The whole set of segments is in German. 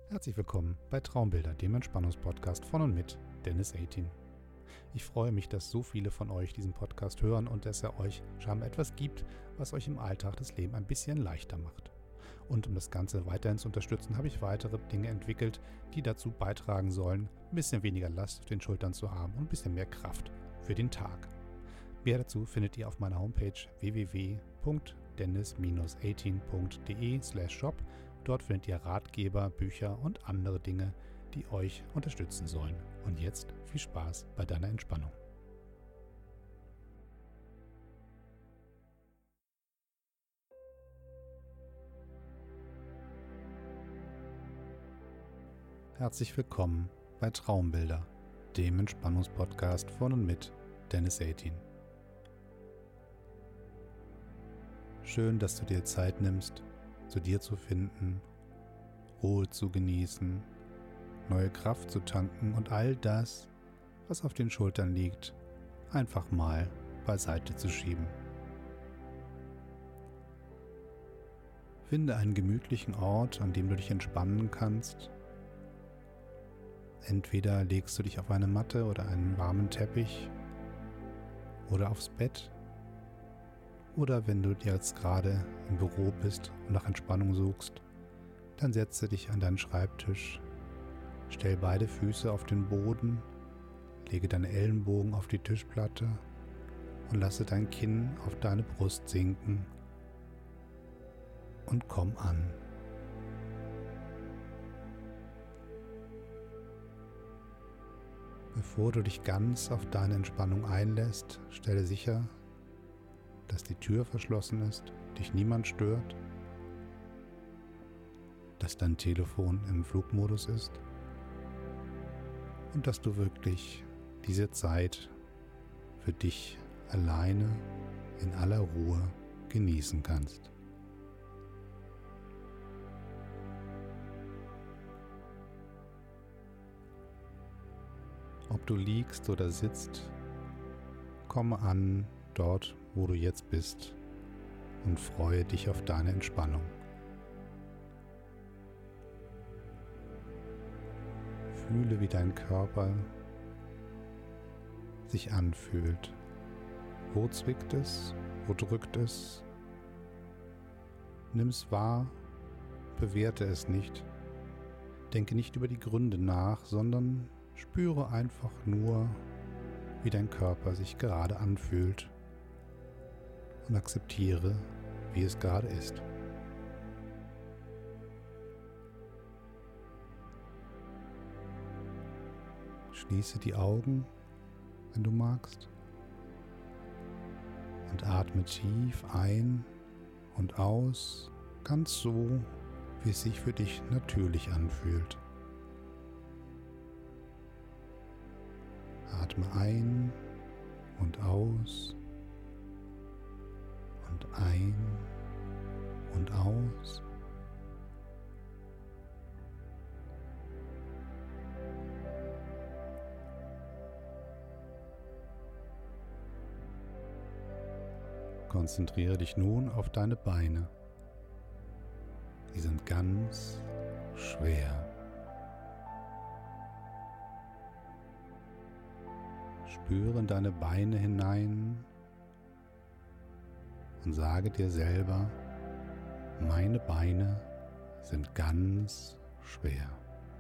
Herzlich willkommen bei Traumbilder, dem Entspannungspodcast von und mit Dennis 18. Ich freue mich, dass so viele von euch diesen Podcast hören und dass er euch scheinbar etwas gibt, was euch im Alltag das Leben ein bisschen leichter macht. Und um das Ganze weiterhin zu unterstützen, habe ich weitere Dinge entwickelt, die dazu beitragen sollen, ein bisschen weniger Last auf den Schultern zu haben und ein bisschen mehr Kraft für den Tag. Mehr dazu findet ihr auf meiner Homepage www.dennis-18.de/shop. Dort findet ihr Ratgeber, Bücher und andere Dinge, die euch unterstützen sollen. Und jetzt viel Spaß bei deiner Entspannung. Herzlich willkommen bei Traumbilder, dem Entspannungspodcast von und mit Dennis 18. Schön, dass du dir Zeit nimmst, zu dir zu finden, Ruhe zu genießen, neue Kraft zu tanken und all das, was auf den Schultern liegt, einfach mal beiseite zu schieben. Finde einen gemütlichen Ort, an dem du dich entspannen kannst. Entweder legst du dich auf eine Matte oder einen warmen Teppich oder aufs Bett. Oder wenn du jetzt gerade im Büro bist und nach Entspannung suchst, dann setze dich an deinen Schreibtisch, stell beide Füße auf den Boden, lege deine Ellenbogen auf die Tischplatte und lasse dein Kinn auf deine Brust sinken und komm an. Bevor du dich ganz auf deine Entspannung einlässt, stelle sicher, dass die Tür verschlossen ist, dich niemand stört, dass dein Telefon im Flugmodus ist und dass du wirklich diese Zeit für dich alleine in aller Ruhe genießen kannst. Ob du liegst oder sitzt, komme an dort, wo du jetzt bist und freue dich auf deine Entspannung. Fühle, wie dein Körper sich anfühlt. Wo zwickt es? Wo drückt es? Nimm es wahr, bewerte es nicht. Denke nicht über die Gründe nach, sondern spüre einfach nur, wie dein Körper sich gerade anfühlt und akzeptiere, wie es gerade ist. Schließe die Augen, wenn du magst, und atme tief ein und aus, ganz so, wie es sich für dich natürlich anfühlt. Atme ein und aus und ein und aus. Konzentriere dich nun auf deine Beine. Die sind ganz schwer. Spüre in deine Beine hinein und sage dir selber, meine Beine sind ganz schwer.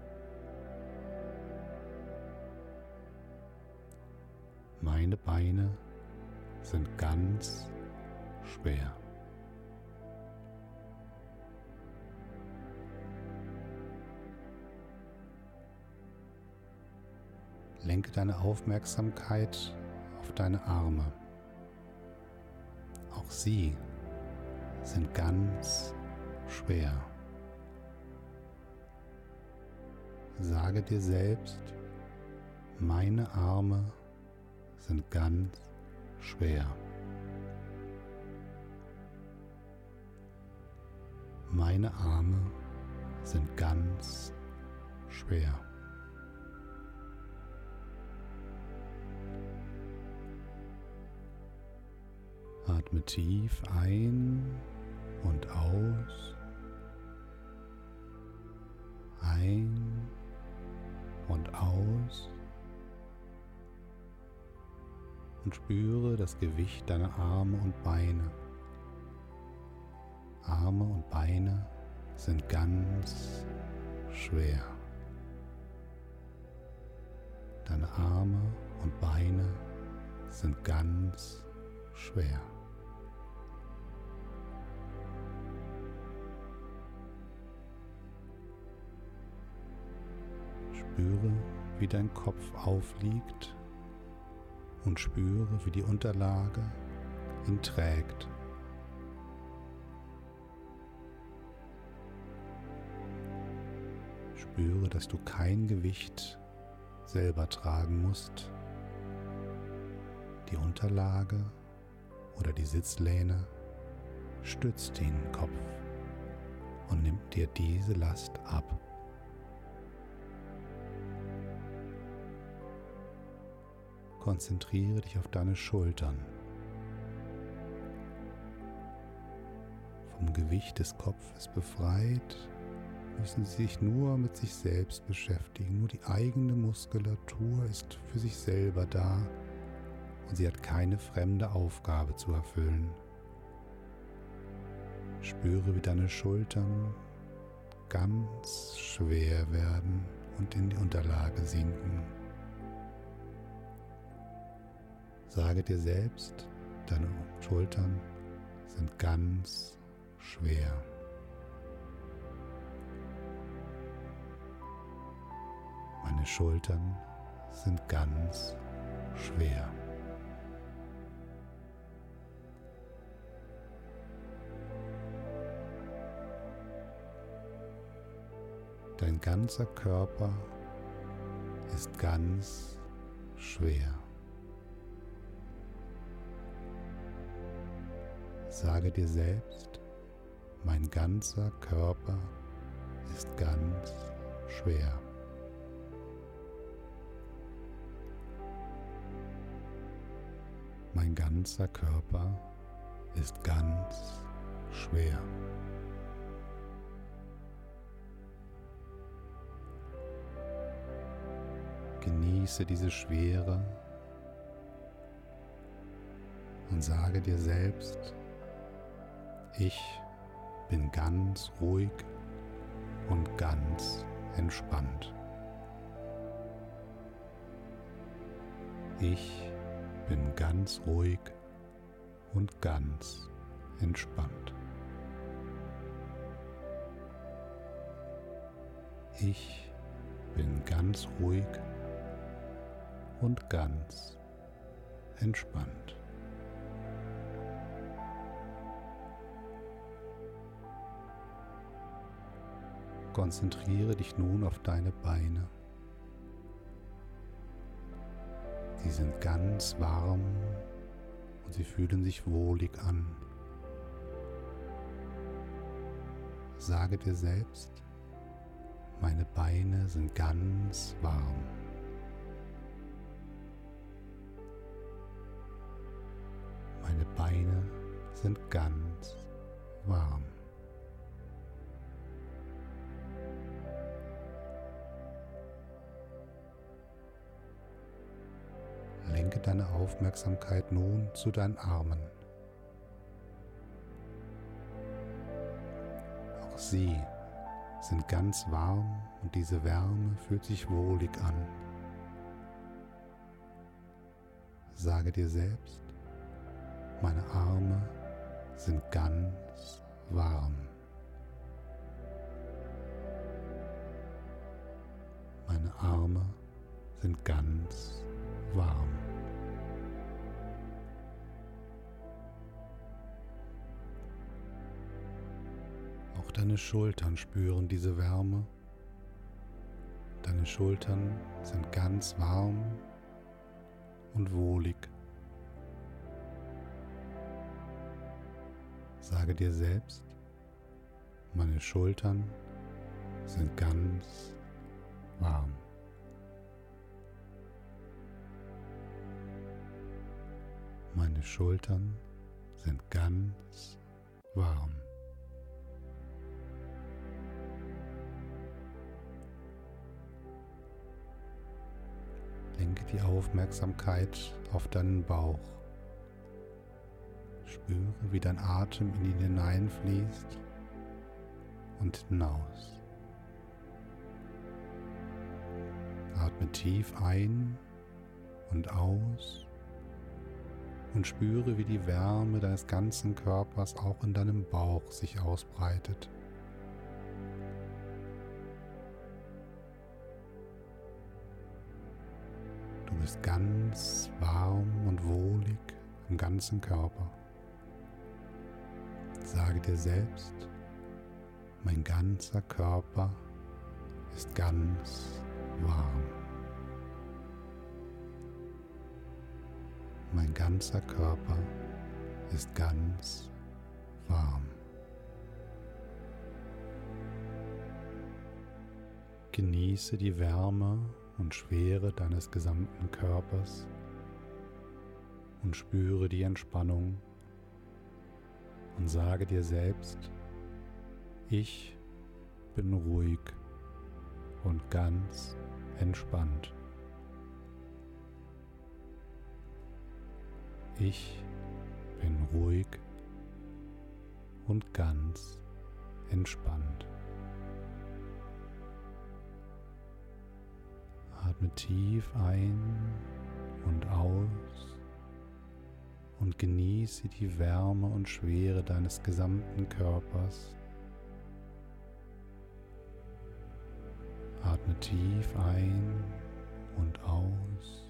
Meine Beine sind ganz schwer. Lenke deine Aufmerksamkeit auf deine Arme. Auch sie sind ganz schwer. Sage dir selbst, meine Arme sind ganz schwer. Meine Arme sind ganz schwer. Atme tief ein und aus. ein und aus und spüre das Gewicht deiner Arme und Beine. Arme und Beine sind ganz schwer. Deine Arme und Beine sind ganz schwer. Spüre, wie dein Kopf aufliegt und spüre, wie die Unterlage ihn trägt. Spüre, dass du kein Gewicht selber tragen musst. Die Unterlage oder die Sitzlehne stützt den Kopf und nimmt dir diese Last ab. Konzentriere dich auf deine Schultern. Vom Gewicht des Kopfes befreit, müssen sie sich nur mit sich selbst beschäftigen. Nur die eigene Muskulatur ist für sich selber da und sie hat keine fremde Aufgabe zu erfüllen. Spüre, wie deine Schultern ganz schwer werden und in die Unterlage sinken. Sage dir selbst, deine Schultern sind ganz schwer. Meine Schultern sind ganz schwer. Dein ganzer Körper ist ganz schwer. Sage dir selbst, mein ganzer Körper ist ganz schwer. Mein ganzer Körper ist ganz schwer. Genieße diese Schwere und sage dir selbst, ich bin ganz ruhig und ganz entspannt. Ich bin ganz ruhig und ganz entspannt. Ich bin ganz ruhig und ganz entspannt. Konzentriere dich nun auf deine Beine. Sie sind ganz warm und sie fühlen sich wohlig an. Sage dir selbst, meine Beine sind ganz warm. Meine Beine sind ganz warm. Lenke deine Aufmerksamkeit nun zu deinen Armen. Auch sie sind ganz warm und diese Wärme fühlt sich wohlig an. Sage dir selbst, meine Arme sind ganz warm. Meine Arme sind ganz warm. Auch deine Schultern spüren diese Wärme. Deine Schultern sind ganz warm und wohlig. Sage dir selbst, meine Schultern sind ganz warm. Meine Schultern sind ganz warm. Lenke die Aufmerksamkeit auf deinen Bauch. Spüre, wie dein Atem in ihn hineinfließt und hinaus. Atme tief ein und aus und spüre, wie die Wärme deines ganzen Körpers auch in deinem Bauch sich ausbreitet. Du bist ganz warm und wohlig im ganzen Körper. Sage dir selbst, mein ganzer Körper ist ganz warm. Mein ganzer Körper ist ganz warm. Genieße die Wärme und Schwere deines gesamten Körpers und spüre die Entspannung und sage dir selbst, ich bin ruhig und ganz entspannt. Ich bin ruhig und ganz entspannt. Atme tief ein und aus und genieße die Wärme und Schwere deines gesamten Körpers. Atme tief ein und aus.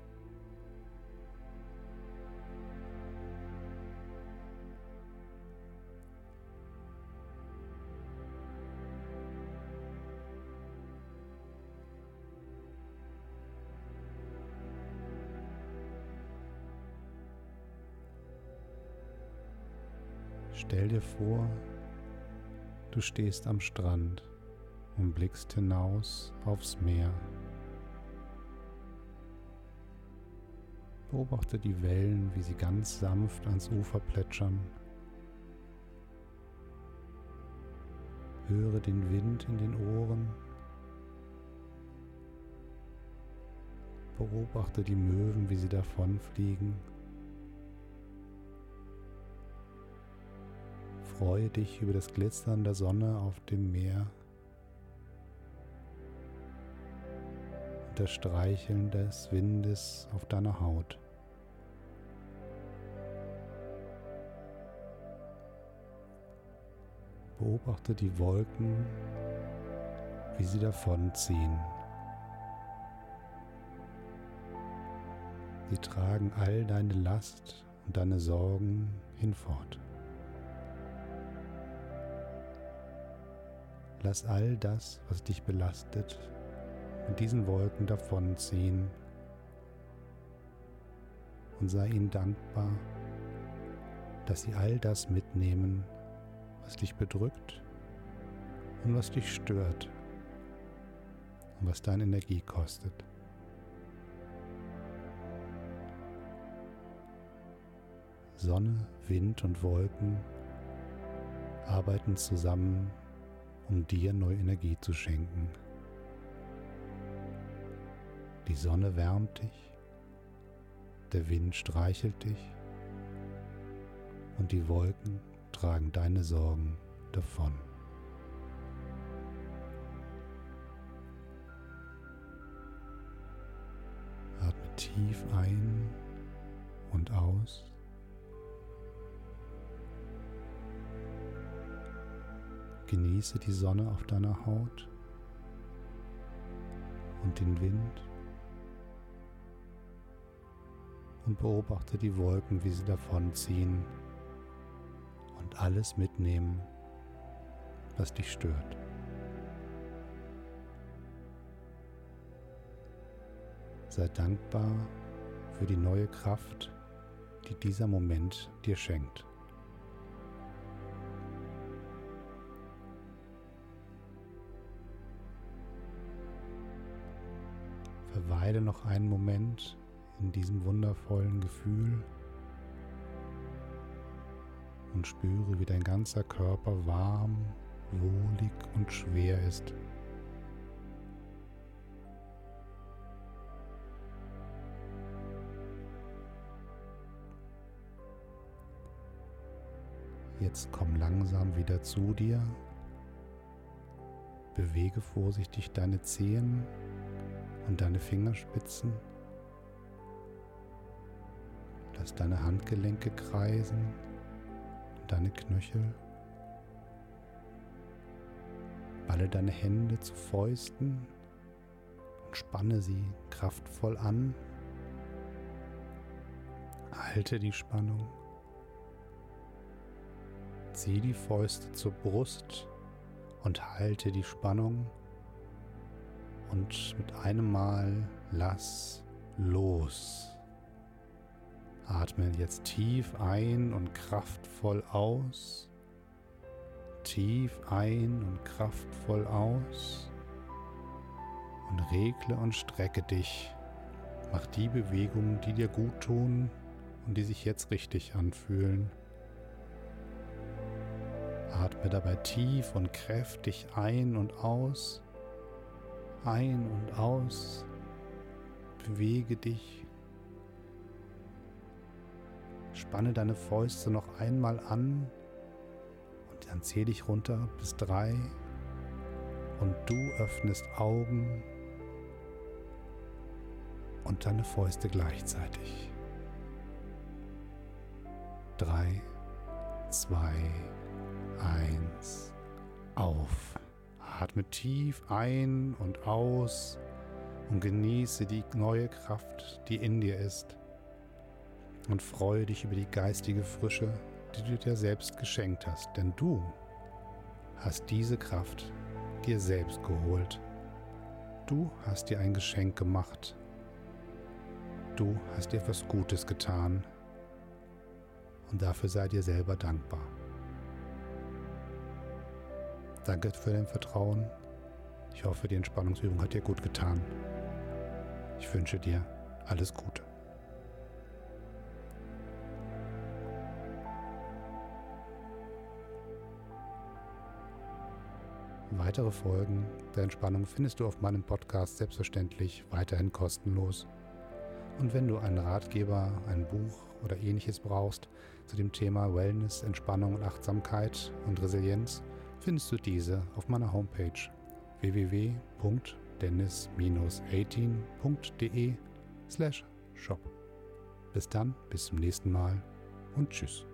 Stell dir vor, du stehst am Strand und blickst hinaus aufs Meer. Beobachte die Wellen, wie sie ganz sanft ans Ufer plätschern. Höre den Wind in den Ohren. Beobachte die Möwen, wie sie davonfliegen. Freue dich über das Glitzern der Sonne auf dem Meer und das Streicheln des Windes auf deiner Haut. Beobachte die Wolken, wie sie davonziehen. Sie tragen all deine Last und deine Sorgen hinfort. Lass all das, was dich belastet, mit diesen Wolken davonziehen und sei ihnen dankbar, dass sie all das mitnehmen, was dich bedrückt und was dich stört und was deine Energie kostet. Sonne, Wind und Wolken arbeiten zusammen, um dir neue Energie zu schenken. Die Sonne wärmt dich, der Wind streichelt dich und die Wolken tragen deine Sorgen davon. Atme tief ein und aus. Genieße die Sonne auf deiner Haut und den Wind und beobachte die Wolken, wie sie davonziehen und alles mitnehmen, was dich stört. Sei dankbar für die neue Kraft, die dieser Moment dir schenkt. Verweile noch einen Moment in diesem wundervollen Gefühl und spüre, wie dein ganzer Körper warm, wohlig und schwer ist. Jetzt komm langsam wieder zu dir. Bewege vorsichtig deine Zehen und deine Fingerspitzen. Lass deine Handgelenke kreisen und deine Knöchel. Balle deine Hände zu Fäusten und spanne sie kraftvoll an. Halte die Spannung. Zieh die Fäuste zur Brust und halte die Spannung. Und mit einem Mal lass los. Atme jetzt tief ein und kraftvoll aus. Tief ein und kraftvoll aus. Und regle und strecke dich. Mach die Bewegungen, die dir gut tun und die sich jetzt richtig anfühlen. Atme dabei tief und kräftig ein und aus. Ein und aus. Bewege dich. Spanne deine Fäuste noch einmal an und dann zähle ich runter bis 3 und du öffnest Augen und deine Fäuste gleichzeitig. 3, 2, 1, auf. Atme tief ein und aus und genieße die neue Kraft, die in dir ist. Und freue dich über die geistige Frische, die du dir selbst geschenkt hast. Denn du hast diese Kraft dir selbst geholt. Du hast dir ein Geschenk gemacht. Du hast dir etwas Gutes getan. Und dafür sei dir selber dankbar. Danke für dein Vertrauen. Ich hoffe, die Entspannungsübung hat dir gut getan. Ich wünsche dir alles Gute. Weitere Folgen der Entspannung findest du auf meinem Podcast selbstverständlich weiterhin kostenlos. Und wenn du einen Ratgeber, ein Buch oder ähnliches brauchst zu dem Thema Wellness, Entspannung und Achtsamkeit und Resilienz, findest du diese auf meiner Homepage www.dennis-18.de/shop. Bis dann, bis zum nächsten Mal und tschüss.